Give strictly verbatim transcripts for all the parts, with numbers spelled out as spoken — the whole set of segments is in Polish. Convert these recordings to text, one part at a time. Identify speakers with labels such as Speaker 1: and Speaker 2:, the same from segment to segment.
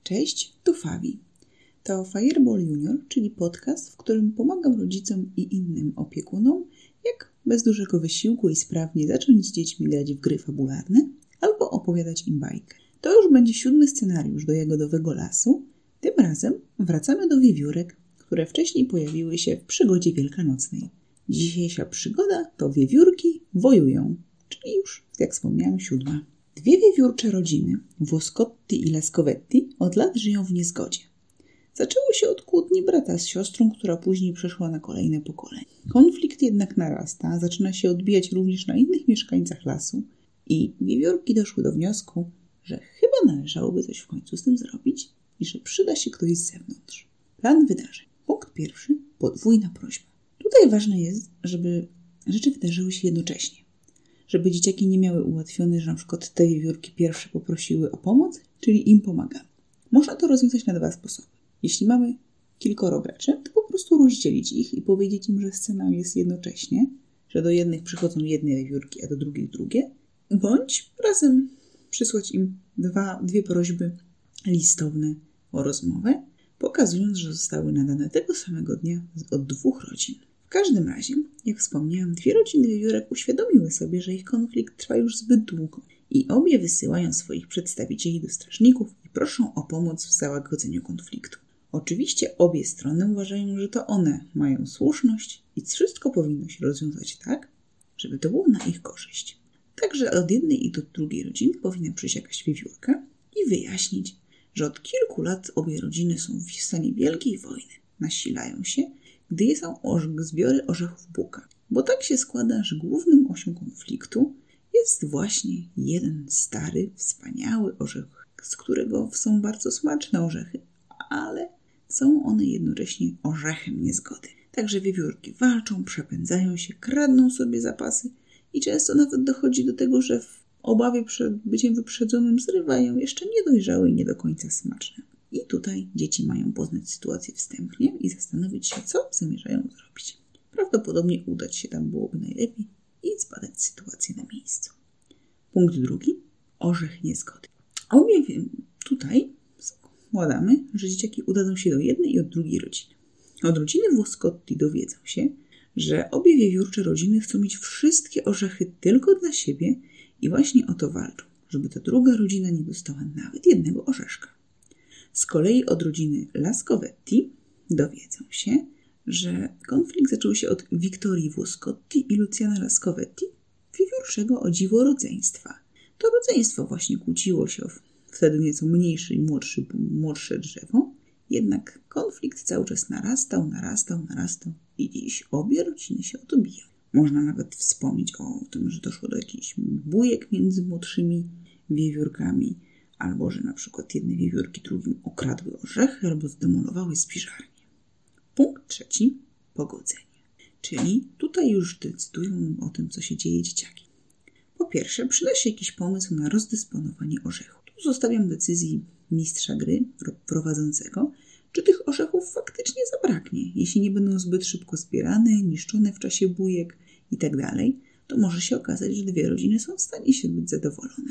Speaker 1: Cześć, tu Fabi. To Fireball Junior, czyli podcast, w którym pomagam rodzicom i innym opiekunom, jak bez dużego wysiłku i sprawnie zacząć z dziećmi grać w gry fabularne albo opowiadać im bajkę. To już będzie siódmy scenariusz do Jagodowego Lasu. Tym razem wracamy do wiewiórek, które wcześniej pojawiły się w przygodzie wielkanocnej. Dzisiejsza przygoda to wiewiórki wojują, czyli już, jak wspomniałam, siódma. Dwie wiewiórcze rodziny, Włoscotti i Lascovetti, od lat żyją w niezgodzie. Zaczęło się od kłótni brata z siostrą, która później przeszła na kolejne pokolenia. Konflikt jednak narasta, zaczyna się odbijać również na innych mieszkańcach lasu i wiewiórki doszły do wniosku, że chyba należałoby coś w końcu z tym zrobić i że przyda się ktoś z zewnątrz. Plan wydarzeń. Punkt pierwszy. Podwójna prośba. Tutaj ważne jest, żeby rzeczy wydarzyły się jednocześnie. Żeby dzieciaki nie miały ułatwione, że na przykład te wiewiórki pierwsze poprosiły o pomoc, czyli im pomagamy. Można to rozwiązać na dwa sposoby. Jeśli mamy kilkoro graczy, to po prostu rozdzielić ich i powiedzieć im, że scena jest jednocześnie, że do jednych przychodzą jedne wiewiórki, a do drugich drugie, bądź razem przysłać im dwa, dwie prośby listowne o rozmowę, pokazując, że zostały nadane tego samego dnia od dwóch rodzin. W każdym razie, jak wspomniałam, dwie rodziny wiewiórek uświadomiły sobie, że ich konflikt trwa już zbyt długo i obie wysyłają swoich przedstawicieli do strażników i proszą o pomoc w załagodzeniu konfliktu. Oczywiście obie strony uważają, że to one mają słuszność i wszystko powinno się rozwiązać tak, żeby to było na ich korzyść. Także od jednej i do drugiej rodziny powinna przyjść jakaś wiewiórka i wyjaśnić, że od kilku lat obie rodziny są w stanie wielkiej wojny. Nasilają się, gdy są orze- zbiory orzechów buka. Bo tak się składa, że głównym osią konfliktu jest właśnie jeden stary, wspaniały orzech, z którego są bardzo smaczne orzechy, ale są one jednocześnie orzechem niezgody. Także wiewiórki walczą, przepędzają się, kradną sobie zapasy i często nawet dochodzi do tego, że w obawie przed byciem wyprzedzonym zrywają jeszcze niedojrzałe i nie do końca smaczne. I tutaj dzieci mają poznać sytuację wstępnie i zastanowić się, co zamierzają zrobić. Prawdopodobnie udać się tam byłoby najlepiej i zbadać sytuację na miejscu. Punkt drugi. Orzech niezgody. Obie tutaj składamy, że dzieciaki udadzą się do jednej i od drugiej rodziny. Od rodziny Włoscotti dowiedzą się, że obie wiewiórcze rodziny chcą mieć wszystkie orzechy tylko dla siebie i właśnie o to walczą, żeby ta druga rodzina nie dostała nawet jednego orzeszka. Z kolei od rodziny Lascovetti dowiedzą się, że konflikt zaczął się od Wiktorii Włoscotti i Luciana Lascovetti, wiewiórczego o dziwo rodzeństwa. To rodzeństwo właśnie kłóciło się o wtedy nieco mniejsze i młodsze, młodsze drzewo, jednak konflikt cały czas narastał, narastał, narastał i dziś obie rodziny się o to biją. Można nawet wspomnieć o tym, że doszło do jakichś bójek między młodszymi wiewiórkami, albo że na przykład jedne wiewiórki drugim okradły orzechy albo zdemolowały spiżarnię. Punkt trzeci. Pogodzenie. Czyli tutaj już decydują o tym, co się dzieje dzieciaki. Po pierwsze, przyda się jakiś pomysł na rozdysponowanie orzechu. Tu zostawiam decyzji mistrza gry prowadzącego, czy tych orzechów faktycznie zabraknie. Jeśli nie będą zbyt szybko zbierane, niszczone w czasie bójek itd., to może się okazać, że dwie rodziny są w stanie się być zadowolone.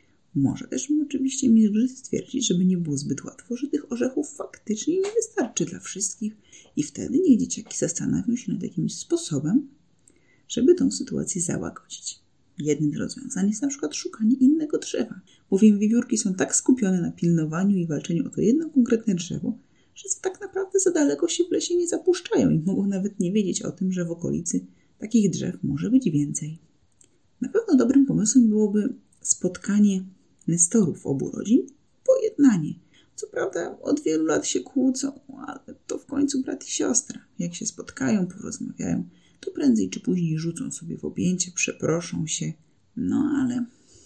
Speaker 1: Może też oczywiście mistrz gry stwierdzić, żeby nie było zbyt łatwo, że tych orzechów faktycznie nie wystarczy dla wszystkich i wtedy niech dzieciaki zastanawią się nad jakimś sposobem, żeby tą sytuację załagodzić. Jednym z rozwiązań jest na przykład szukanie innego drzewa, bowiem wiewiórki są tak skupione na pilnowaniu i walczeniu o to jedno konkretne drzewo, że tak naprawdę za daleko się w lesie nie zapuszczają i mogą nawet nie wiedzieć o tym, że w okolicy takich drzew może być więcej. Na pewno dobrym pomysłem byłoby spotkanie nestorów obu rodzin, pojednanie. Co prawda od wielu lat się kłócą, ale to w końcu brat i siostra. Jak się spotkają, porozmawiają, to prędzej czy później rzucą sobie w objęcie, przeproszą się. No ale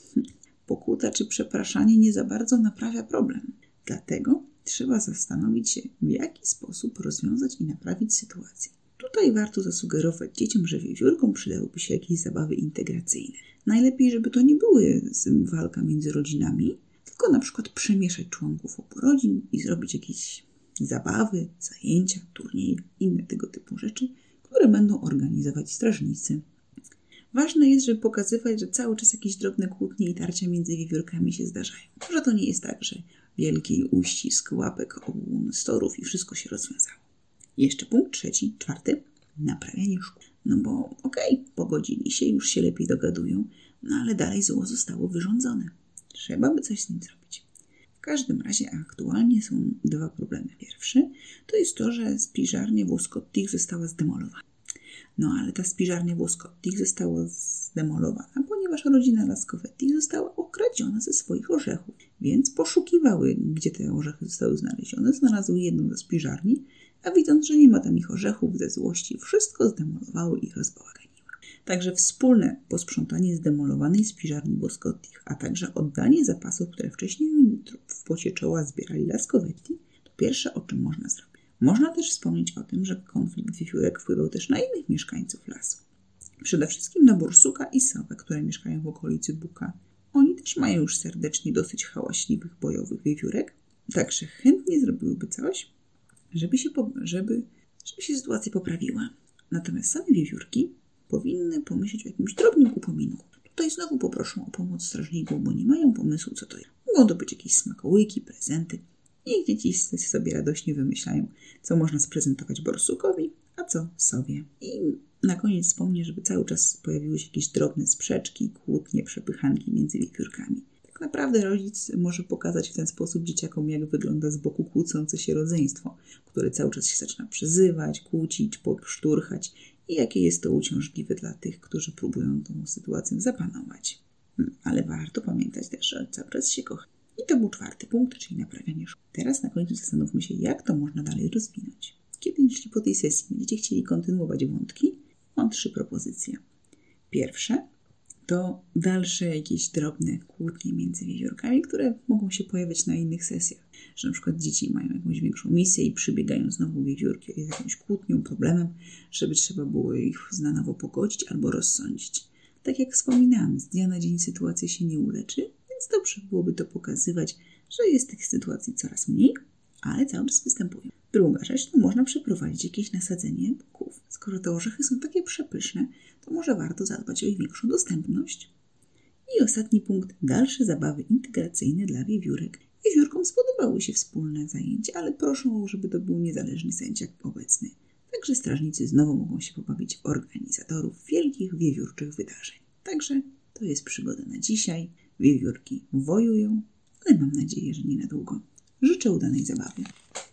Speaker 1: pokута czy przepraszanie nie za bardzo naprawia problem. Dlatego trzeba zastanowić się, w jaki sposób rozwiązać i naprawić sytuację. Tutaj warto zasugerować dzieciom, że wiewiórkom przydałyby się jakieś zabawy integracyjne. Najlepiej, żeby to nie były walka między rodzinami, tylko na przykład przemieszać członków obu rodzin i zrobić jakieś zabawy, zajęcia, turnieje, inne tego typu rzeczy, które będą organizować strażnicy. Ważne jest, żeby pokazywać, że cały czas jakieś drobne kłótnie i tarcia między wiewiórkami się zdarzają. Że to nie jest tak, że wielki uścisk łapek obu nestorów i wszystko się rozwiązało. Jeszcze punkt trzeci, czwarty. Naprawianie szkół. No bo okej, okay, pogodzili się, już się lepiej dogadują, no ale dalej zło zostało wyrządzone. Trzeba by coś z nim zrobić. W każdym razie aktualnie są dwa problemy. Pierwszy to jest to, że spiżarnia Włoskottich została zdemolowana. No ale ta spiżarnia Włoskottich została zdemolowana, ponieważ rodzina Lascovetti została okradziona ze swoich orzechów. Więc poszukiwały, gdzie te orzechy zostały znalezione. Znalazły jedną ze spiżarni, a widząc, że nie ma tam ich orzechów, ze złości wszystko zdemolowały i rozbałaganiły. Także wspólne posprzątanie zdemolowanej spiżarni Włoskottich, a także oddanie zapasów, które wcześniej w pocie czoła zbierali Lascovetti, to pierwsze, o czym można zrobić. Można też wspomnieć o tym, że konflikt wiewiórek wpływał też na innych mieszkańców lasu. Przede wszystkim na borsuka i sowę, które mieszkają w okolicy Buka. Oni też mają już serdecznie dosyć hałaśliwych, bojowych wiewiórek, także chętnie zrobiłyby coś, żeby się, żeby, żeby się sytuacja poprawiła. Natomiast same wiewiórki powinny pomyśleć o jakimś drobnym upominku. Tutaj znowu poproszą o pomoc strażników, bo nie mają pomysłu, co to jest. Mogą to być jakieś smakołyki, prezenty. I dzieci sobie radośnie wymyślają, co można sprezentować borsukowi, a co sowie. I na koniec wspomnę, żeby cały czas pojawiły się jakieś drobne sprzeczki, kłótnie, przepychanki między wiewiórkami. Tak naprawdę rodzic może pokazać w ten sposób dzieciakom, jak wygląda z boku kłócące się rodzeństwo, które cały czas się zaczyna przezywać, kłócić, szturchać i jakie jest to uciążliwe dla tych, którzy próbują tą sytuację zapanować. Ale warto pamiętać też, że cały czas się kocha. I to był czwarty punkt, czyli naprawianie szkół. Teraz na końcu zastanówmy się, jak to można dalej rozwinąć. Kiedy jeśli po tej sesji będziecie chcieli kontynuować wątki, mam trzy propozycje. Pierwsze to dalsze jakieś drobne kłótnie między wiewiórkami, które mogą się pojawiać na innych sesjach. Że na przykład dzieci mają jakąś większą misję i przybiegają znowu wiewiórki z jakąś kłótnią, problemem, żeby trzeba było ich na nowo pogodzić albo rozsądzić. Tak jak wspominałam, z dnia na dzień sytuacja się nie uleczy, więc dobrze byłoby to pokazywać, że jest tych sytuacji coraz mniej, ale cały czas występują. Druga rzecz, to można przeprowadzić jakieś nasadzenie buków. Skoro te orzechy są takie przepyszne, to może warto zadbać o ich większą dostępność. I ostatni punkt, dalsze zabawy integracyjne dla wiewiórek. Wiewiórkom spodobały się wspólne zajęcia, ale proszą, żeby to był niezależny sędzia obecny. Także strażnicy znowu mogą się pobawić w organizatorów wielkich wiewiórczych wydarzeń. Także to jest przygoda na dzisiaj. Wiewiórki wojują, ale mam nadzieję, że nie na długo. Życzę udanej zabawy.